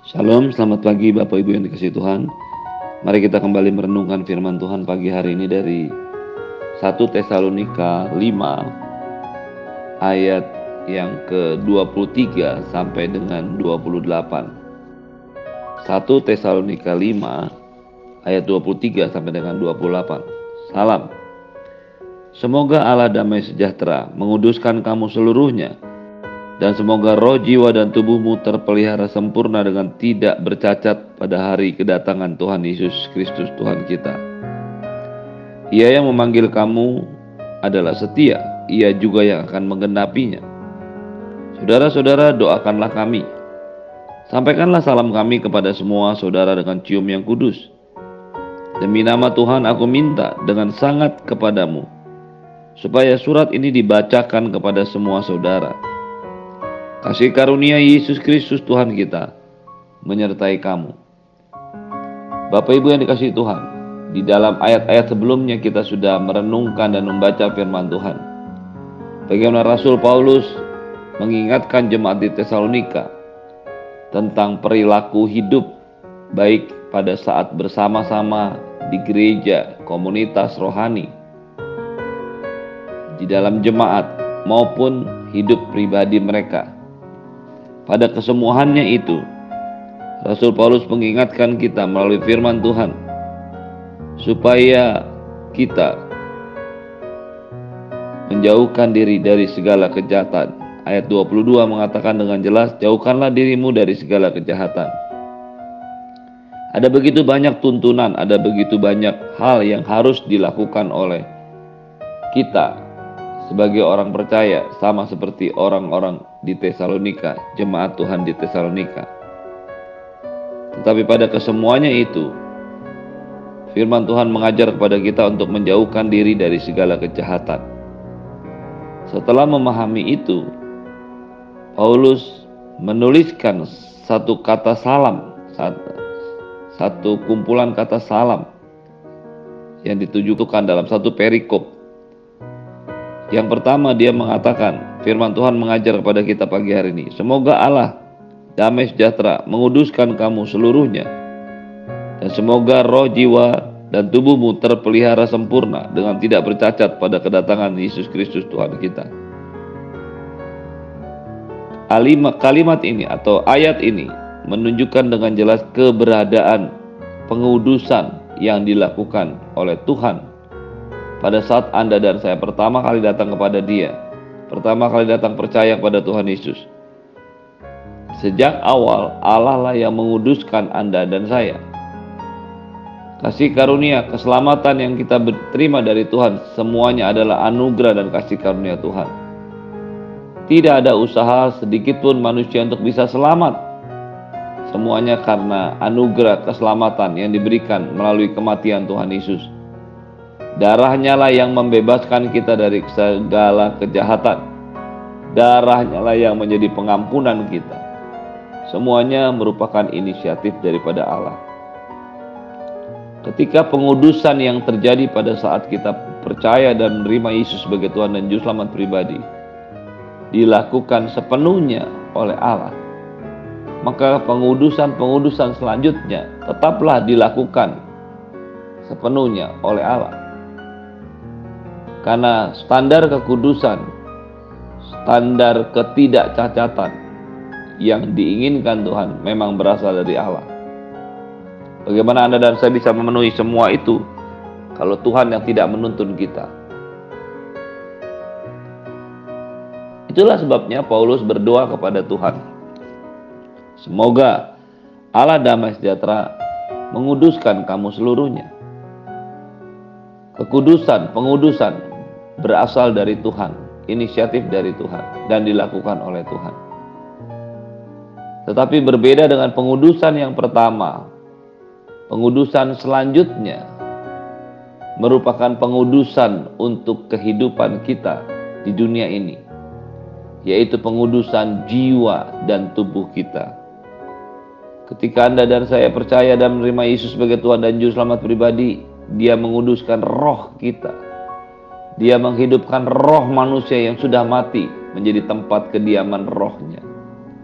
Shalom, selamat pagi Bapak Ibu yang dikasihi Tuhan. Mari kita kembali merenungkan firman Tuhan pagi hari ini dari 1 Tesalonika 5 ayat yang ke-23 sampai dengan 28. 1 Tesalonika 5 ayat 23 sampai dengan 28. Salam. Semoga Allah damai sejahtera menguduskan kamu seluruhnya, dan semoga roh, jiwa, dan tubuhmu terpelihara sempurna dengan tidak bercacat pada hari kedatangan Tuhan Yesus Kristus Tuhan kita. Ia yang memanggil kamu adalah setia, Ia juga yang akan menggenapinya. Saudara-saudara, doakanlah kami. Sampaikanlah salam kami kepada semua saudara dengan cium yang kudus. Demi nama Tuhan aku minta dengan sangat kepadamu, supaya surat ini dibacakan kepada semua saudara. Kasih karunia Yesus Kristus Tuhan kita menyertai kamu. Bapak Ibu yang dikasihi Tuhan, di dalam ayat-ayat sebelumnya kita sudah merenungkan dan membaca firman Tuhan. Bagaimana Rasul Paulus mengingatkan jemaat di Tesalonika tentang perilaku hidup baik pada saat bersama-sama di gereja, komunitas rohani, di dalam jemaat maupun hidup pribadi mereka. Pada kesemuahannya itu, Rasul Paulus mengingatkan kita melalui firman Tuhan supaya kita menjauhkan diri dari segala kejahatan. Ayat 22 mengatakan dengan jelas, jauhkanlah dirimu dari segala kejahatan. Ada begitu banyak tuntunan, ada begitu banyak hal yang harus dilakukan oleh kita sebagai orang percaya, sama seperti orang-orang di Tesalonika, jemaat Tuhan di Tesalonika. Tetapi pada kesemuanya itu, firman Tuhan mengajar kepada kita untuk menjauhkan diri dari segala kejahatan. Setelah memahami itu, Paulus menuliskan satu kata salam, satu kumpulan kata salam yang ditujukan dalam satu perikop. Yang pertama, dia mengatakan, firman Tuhan mengajar kepada kita pagi hari ini, semoga Allah damai sejahtera menguduskan kamu seluruhnya, dan semoga roh, jiwa, dan tubuhmu terpelihara sempurna dengan tidak bercacat pada kedatangan Yesus Kristus Tuhan kita. Kalimat ini atau ayat ini menunjukkan dengan jelas keberadaan pengudusan yang dilakukan oleh Tuhan pada saat Anda dan saya pertama kali datang kepada Dia, pertama kali datang percaya kepada Tuhan Yesus. Sejak awal Allah lah yang menguduskan Anda dan saya. Kasih karunia, keselamatan yang kita terima dari Tuhan, semuanya adalah anugerah dan kasih karunia Tuhan. Tidak ada usaha sedikit pun manusia untuk bisa selamat. Semuanya karena anugerah keselamatan yang diberikan melalui kematian Tuhan Yesus. Darahnya lah yang membebaskan kita dari segala kejahatan. Darahnya lah yang menjadi pengampunan kita. Semuanya merupakan inisiatif daripada Allah. Ketika pengudusan yang terjadi pada saat kita percaya dan menerima Yesus sebagai Tuhan dan Juru Selamat pribadi dilakukan sepenuhnya oleh Allah, maka pengudusan selanjutnya tetaplah dilakukan sepenuhnya oleh Allah. Karena standar kekudusan, standar ketidakcacatan yang diinginkan Tuhan memang berasal dari Allah. Bagaimana Anda dan saya bisa memenuhi semua itu kalau Tuhan yang tidak menuntun kita? Itulah sebabnya Paulus berdoa kepada Tuhan, semoga Allah damai sejahtera menguduskan kamu seluruhnya. Pengudusan berasal dari Tuhan, inisiatif dari Tuhan, dan dilakukan oleh Tuhan. Tetapi berbeda dengan pengudusan yang pertama, pengudusan selanjutnya merupakan pengudusan untuk kehidupan kita di dunia ini, yaitu pengudusan jiwa dan tubuh kita. Ketika Anda dan saya percaya dan menerima Yesus sebagai Tuhan dan Juru Selamat pribadi, Dia menguduskan roh kita. Dia menghidupkan roh manusia yang sudah mati menjadi tempat kediaman rohnya.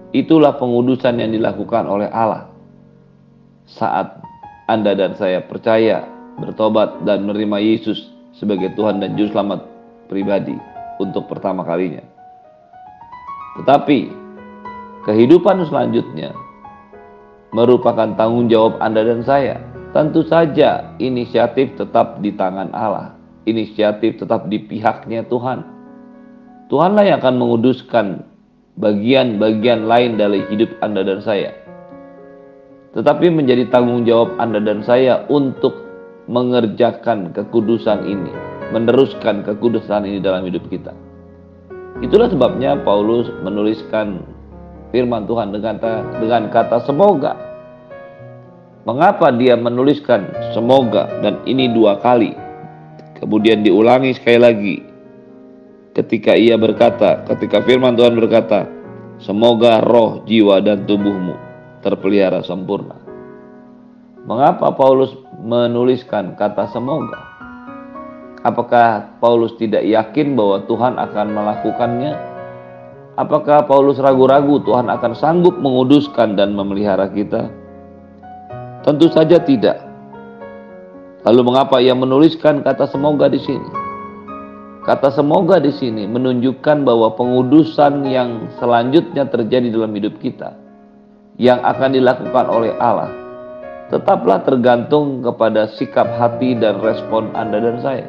Itulah pengudusan yang dilakukan oleh Allah saat Anda dan saya percaya, bertobat, dan menerima Yesus sebagai Tuhan dan Juru Selamat pribadi untuk pertama kalinya. Tetapi kehidupan selanjutnya merupakan tanggung jawab Anda dan saya. Tentu saja inisiatif tetap di tangan Allah. Inisiatif tetap di pihaknya Tuhan. Tuhanlah yang akan menguduskan bagian-bagian lain dari hidup Anda dan saya. Tetapi menjadi tanggung jawab Anda dan saya untuk mengerjakan kekudusan ini, meneruskan kekudusan ini dalam hidup kita. Itulah sebabnya Paulus menuliskan firman Tuhan dengan kata semoga. Mengapa dia menuliskan semoga dan ini 2 kali? Kemudian diulangi sekali lagi ketika firman Tuhan berkata, semoga roh, jiwa, dan tubuhmu terpelihara sempurna. Mengapa Paulus menuliskan kata semoga? Apakah Paulus tidak yakin bahwa Tuhan akan melakukannya? Apakah Paulus ragu-ragu Tuhan akan sanggup menguduskan dan memelihara kita? Tentu saja tidak. Lalu mengapa ia menuliskan kata semoga di sini? Kata semoga di sini menunjukkan bahwa pengudusan yang selanjutnya terjadi dalam hidup kita, yang akan dilakukan oleh Allah, tetaplah tergantung kepada sikap hati dan respon Anda dan saya.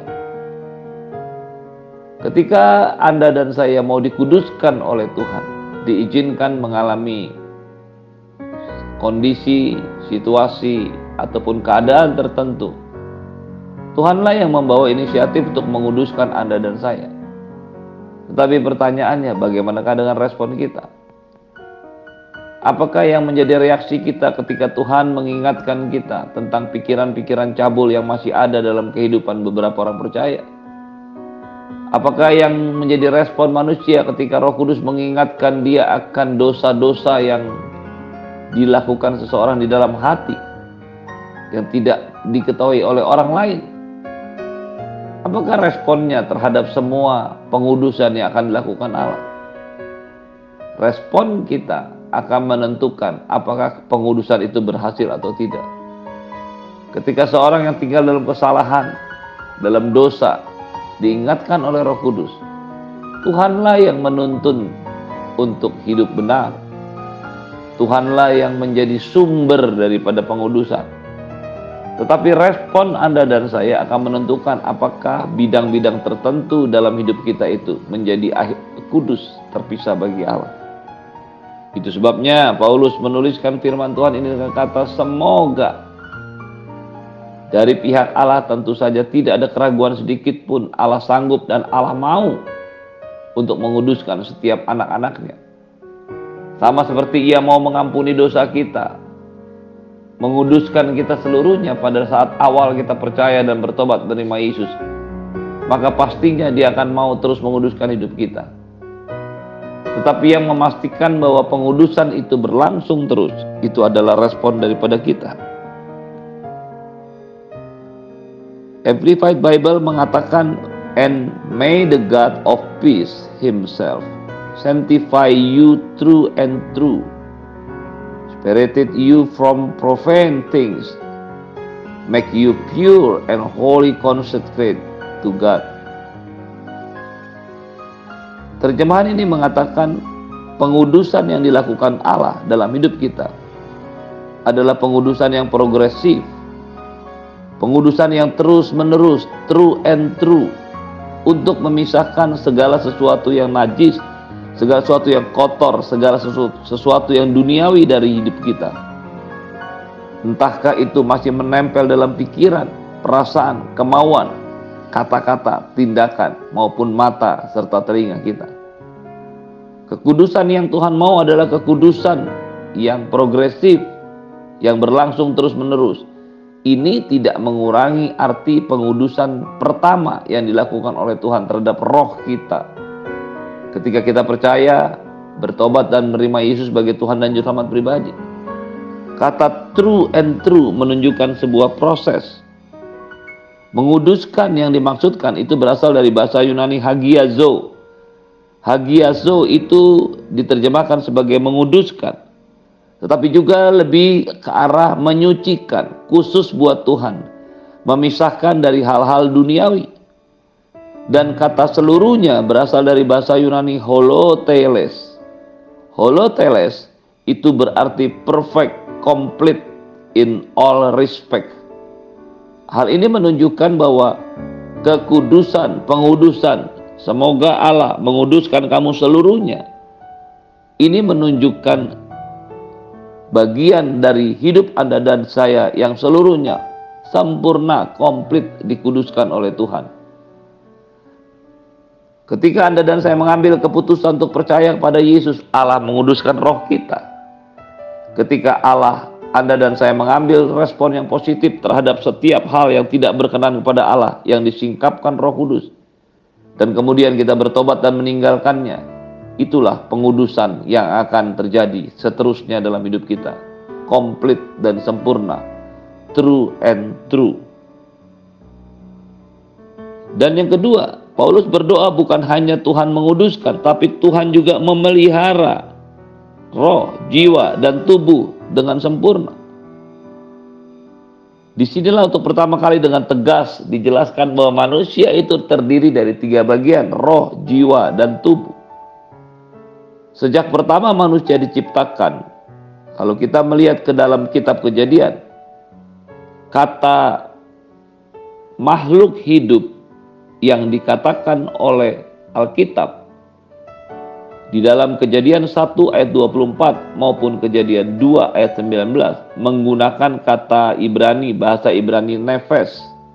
Ketika Anda dan saya mau dikuduskan oleh Tuhan, diizinkan mengalami kondisi, situasi, ataupun keadaan tertentu, Tuhanlah yang membawa inisiatif untuk menguduskan Anda dan saya. Tetapi pertanyaannya, bagaimanakah dengan respon kita? Apakah yang menjadi reaksi kita ketika Tuhan mengingatkan kita tentang pikiran-pikiran cabul yang masih ada dalam kehidupan beberapa orang percaya? Apakah yang menjadi respon manusia ketika Roh Kudus mengingatkan dia akan dosa-dosa yang dilakukan seseorang di dalam hati yang tidak diketahui oleh orang lain? Apakah responnya terhadap semua pengudusan yang akan dilakukan Allah? Respon kita akan menentukan apakah pengudusan itu berhasil atau tidak. Ketika seorang yang tinggal dalam kesalahan, dalam dosa, diingatkan oleh Roh Kudus, Tuhanlah yang menuntun untuk hidup benar. Tuhanlah yang menjadi sumber daripada pengudusan. Tetapi respon Anda dan saya akan menentukan apakah bidang-bidang tertentu dalam hidup kita itu menjadi kudus, terpisah bagi Allah. Itu sebabnya Paulus menuliskan firman Tuhan ini dengan kata semoga. Dari pihak Allah tentu saja tidak ada keraguan sedikit pun. Allah sanggup dan Allah mau untuk menguduskan setiap anak-anaknya. Sama seperti ia mau mengampuni dosa kita, menguduskan kita seluruhnya pada saat awal kita percaya dan bertobat menerima Yesus, maka pastinya dia akan mau terus menguduskan hidup kita. Tetapi yang memastikan bahwa pengudusan itu berlangsung terus, itu adalah respon daripada kita. Amplified Bible mengatakan, and may the God of peace himself sanctify you true and true, spirited you from profane things, make you pure and wholly consecrate to God. Terjemahan ini mengatakan pengudusan yang dilakukan Allah dalam hidup kita adalah pengudusan yang progresif, pengudusan yang terus menerus, true and true, untuk memisahkan segala sesuatu yang najis, segala sesuatu yang kotor, segala sesuatu yang duniawi dari hidup kita. Entahkah itu masih menempel dalam pikiran, perasaan, kemauan, kata-kata, tindakan, maupun mata serta telinga kita. Kekudusan yang Tuhan mau adalah kekudusan yang progresif, yang berlangsung terus-menerus. Ini tidak mengurangi arti pengudusan pertama yang dilakukan oleh Tuhan terhadap roh kita. Ketika kita percaya, bertobat dan menerima Yesus sebagai Tuhan dan Juru Selamat pribadi. Kata true and true menunjukkan sebuah proses. Menguduskan yang dimaksudkan itu berasal dari bahasa Yunani hagiazo. Hagiazo itu diterjemahkan sebagai menguduskan, tetapi juga lebih ke arah menyucikan, khusus buat Tuhan, memisahkan dari hal-hal duniawi. Dan kata seluruhnya berasal dari bahasa Yunani holoteles. Holoteles itu berarti perfect, complete, in all respect. Hal ini menunjukkan bahwa kekudusan, pengudusan, semoga Allah menguduskan kamu seluruhnya. Ini menunjukkan bagian dari hidup Anda dan saya yang seluruhnya sempurna, komplit dikuduskan oleh Tuhan. Ketika Anda dan saya mengambil keputusan untuk percaya kepada Yesus, Allah menguduskan roh kita. Ketika Anda dan saya mengambil respon yang positif terhadap setiap hal yang tidak berkenan kepada Allah, yang disingkapkan Roh Kudus, dan kemudian kita bertobat dan meninggalkannya, itulah pengudusan yang akan terjadi seterusnya dalam hidup kita. Komplit dan sempurna. True and true. Dan yang kedua, Paulus berdoa bukan hanya Tuhan menguduskan, tapi Tuhan juga memelihara roh, jiwa, dan tubuh dengan sempurna. Disinilah untuk pertama kali dengan tegas dijelaskan bahwa manusia itu terdiri dari 3 bagian, roh, jiwa, dan tubuh. Sejak pertama manusia diciptakan, kalau kita melihat ke dalam kitab Kejadian, kata makhluk hidup yang dikatakan oleh Alkitab di dalam Kejadian 1 ayat 24 maupun Kejadian 2 ayat 19 menggunakan kata Ibrani, bahasa Ibrani nefes.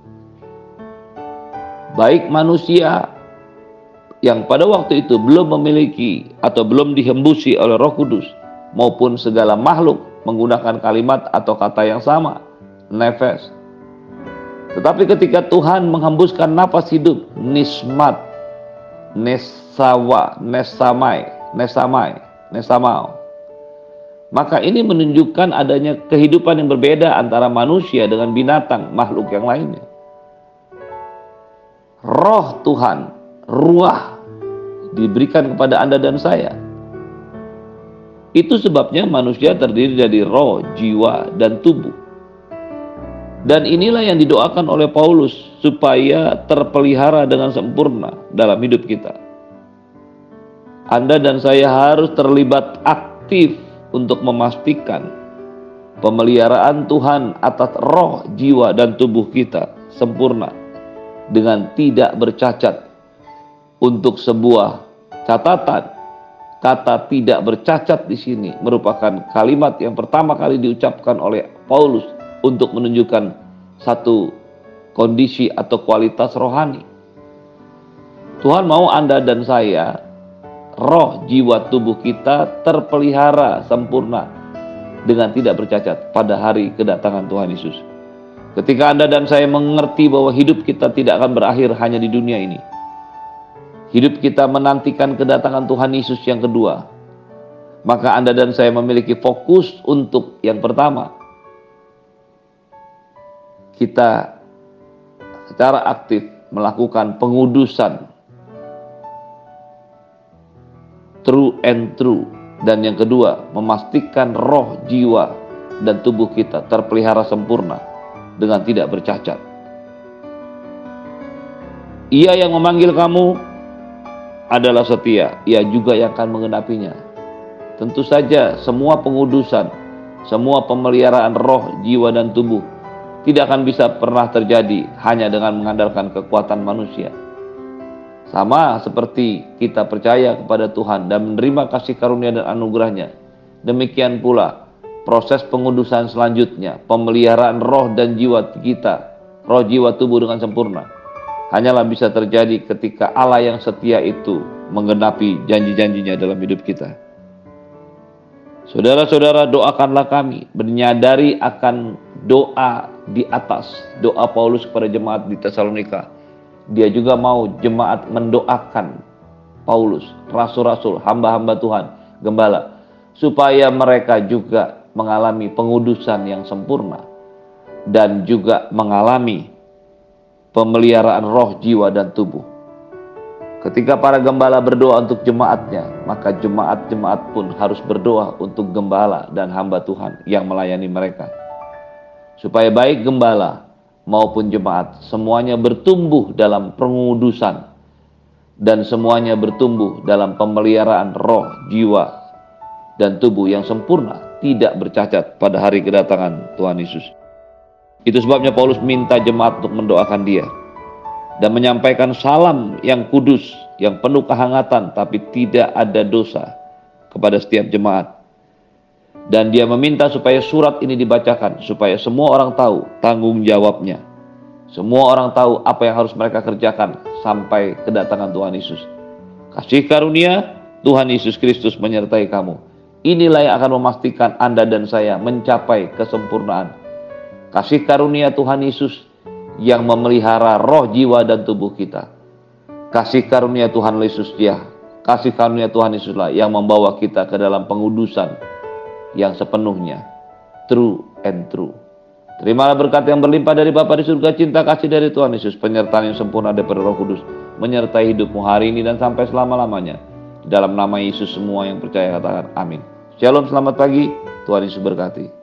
Baik manusia yang pada waktu itu belum memiliki atau belum dihembusi oleh Roh Kudus maupun segala makhluk menggunakan kalimat atau kata yang sama, nefes. Tetapi ketika Tuhan menghembuskan nafas hidup, nismat, nesamau, maka ini menunjukkan adanya kehidupan yang berbeda antara manusia dengan binatang, makhluk yang lainnya. Roh Tuhan, ruah, diberikan kepada Anda dan saya. Itu sebabnya manusia terdiri dari roh, jiwa, dan tubuh. Dan inilah yang didoakan oleh Paulus supaya terpelihara dengan sempurna dalam hidup kita. Anda dan saya harus terlibat aktif untuk memastikan pemeliharaan Tuhan atas roh, jiwa, dan tubuh kita sempurna dengan tidak bercacat. Untuk sebuah catatan, kata tidak bercacat di sini merupakan kalimat yang pertama kali diucapkan oleh Paulus untuk menunjukkan satu kondisi atau kualitas rohani. Tuhan mau Anda dan saya, roh, jiwa, tubuh kita terpelihara sempurna dengan tidak bercacat pada hari kedatangan Tuhan Yesus. Ketika Anda dan saya mengerti bahwa hidup kita tidak akan berakhir hanya di dunia ini. Hidup kita menantikan kedatangan Tuhan Yesus yang kedua. Maka Anda dan saya memiliki fokus untuk yang pertama, kita secara aktif melakukan pengudusan true and true. Dan yang kedua, memastikan roh, jiwa, dan tubuh kita terpelihara sempurna dengan tidak bercacat. Ia yang memanggil kamu adalah setia, ia juga yang akan mengenapinya. Tentu saja semua pengudusan, semua pemeliharaan roh, jiwa, dan tubuh tidak akan bisa pernah terjadi hanya dengan mengandalkan kekuatan manusia. Sama seperti kita percaya kepada Tuhan dan menerima kasih karunia dan anugerahnya, demikian pula proses pengudusan selanjutnya, pemeliharaan roh dan jiwa kita, roh, jiwa, tubuh dengan sempurna, hanyalah bisa terjadi ketika Allah yang setia itu menggenapi janji-janjinya dalam hidup kita. Saudara-saudara, doakanlah kami, menyadari akan doa di atas, doa Paulus kepada jemaat di Tesalonika. Dia juga mau jemaat mendoakan Paulus, rasul-rasul, hamba-hamba Tuhan, gembala, supaya mereka juga mengalami pengudusan yang sempurna dan juga mengalami pemeliharaan roh, jiwa, dan tubuh. Ketika para gembala berdoa untuk jemaatnya, maka jemaat-jemaat pun harus berdoa untuk gembala dan hamba Tuhan yang melayani mereka. Supaya baik gembala maupun jemaat, semuanya bertumbuh dalam pengudusan dan semuanya bertumbuh dalam pemeliharaan roh, jiwa, dan tubuh yang sempurna, tidak bercacat pada hari kedatangan Tuhan Yesus. Itu sebabnya Paulus minta jemaat untuk mendoakan dia dan menyampaikan salam yang kudus, yang penuh kehangatan, tapi tidak ada dosa kepada setiap jemaat. Dan dia meminta supaya surat ini dibacakan, supaya semua orang tahu tanggung jawabnya. Semua orang tahu apa yang harus mereka kerjakan sampai kedatangan Tuhan Yesus. Kasih karunia Tuhan Yesus Kristus menyertai kamu. Inilah yang akan memastikan Anda dan saya mencapai kesempurnaan. Kasih karunia Tuhan Yesus yang memelihara roh, jiwa, dan tubuh kita. Kasih karunia Tuhan Yesus kasih karunia Tuhan Yesuslah yang membawa kita ke dalam pengudusan yang sepenuhnya true and true. Terimalah berkat yang berlimpah dari Bapa di surga, cinta kasih dari Tuhan Yesus, penyertaan yang sempurna daripada Roh Kudus menyertai hidupmu hari ini dan sampai selama-lamanya. Dalam nama Yesus semua yang percaya katakan amin. Shalom, selamat pagi, Tuhan Yesus berkati.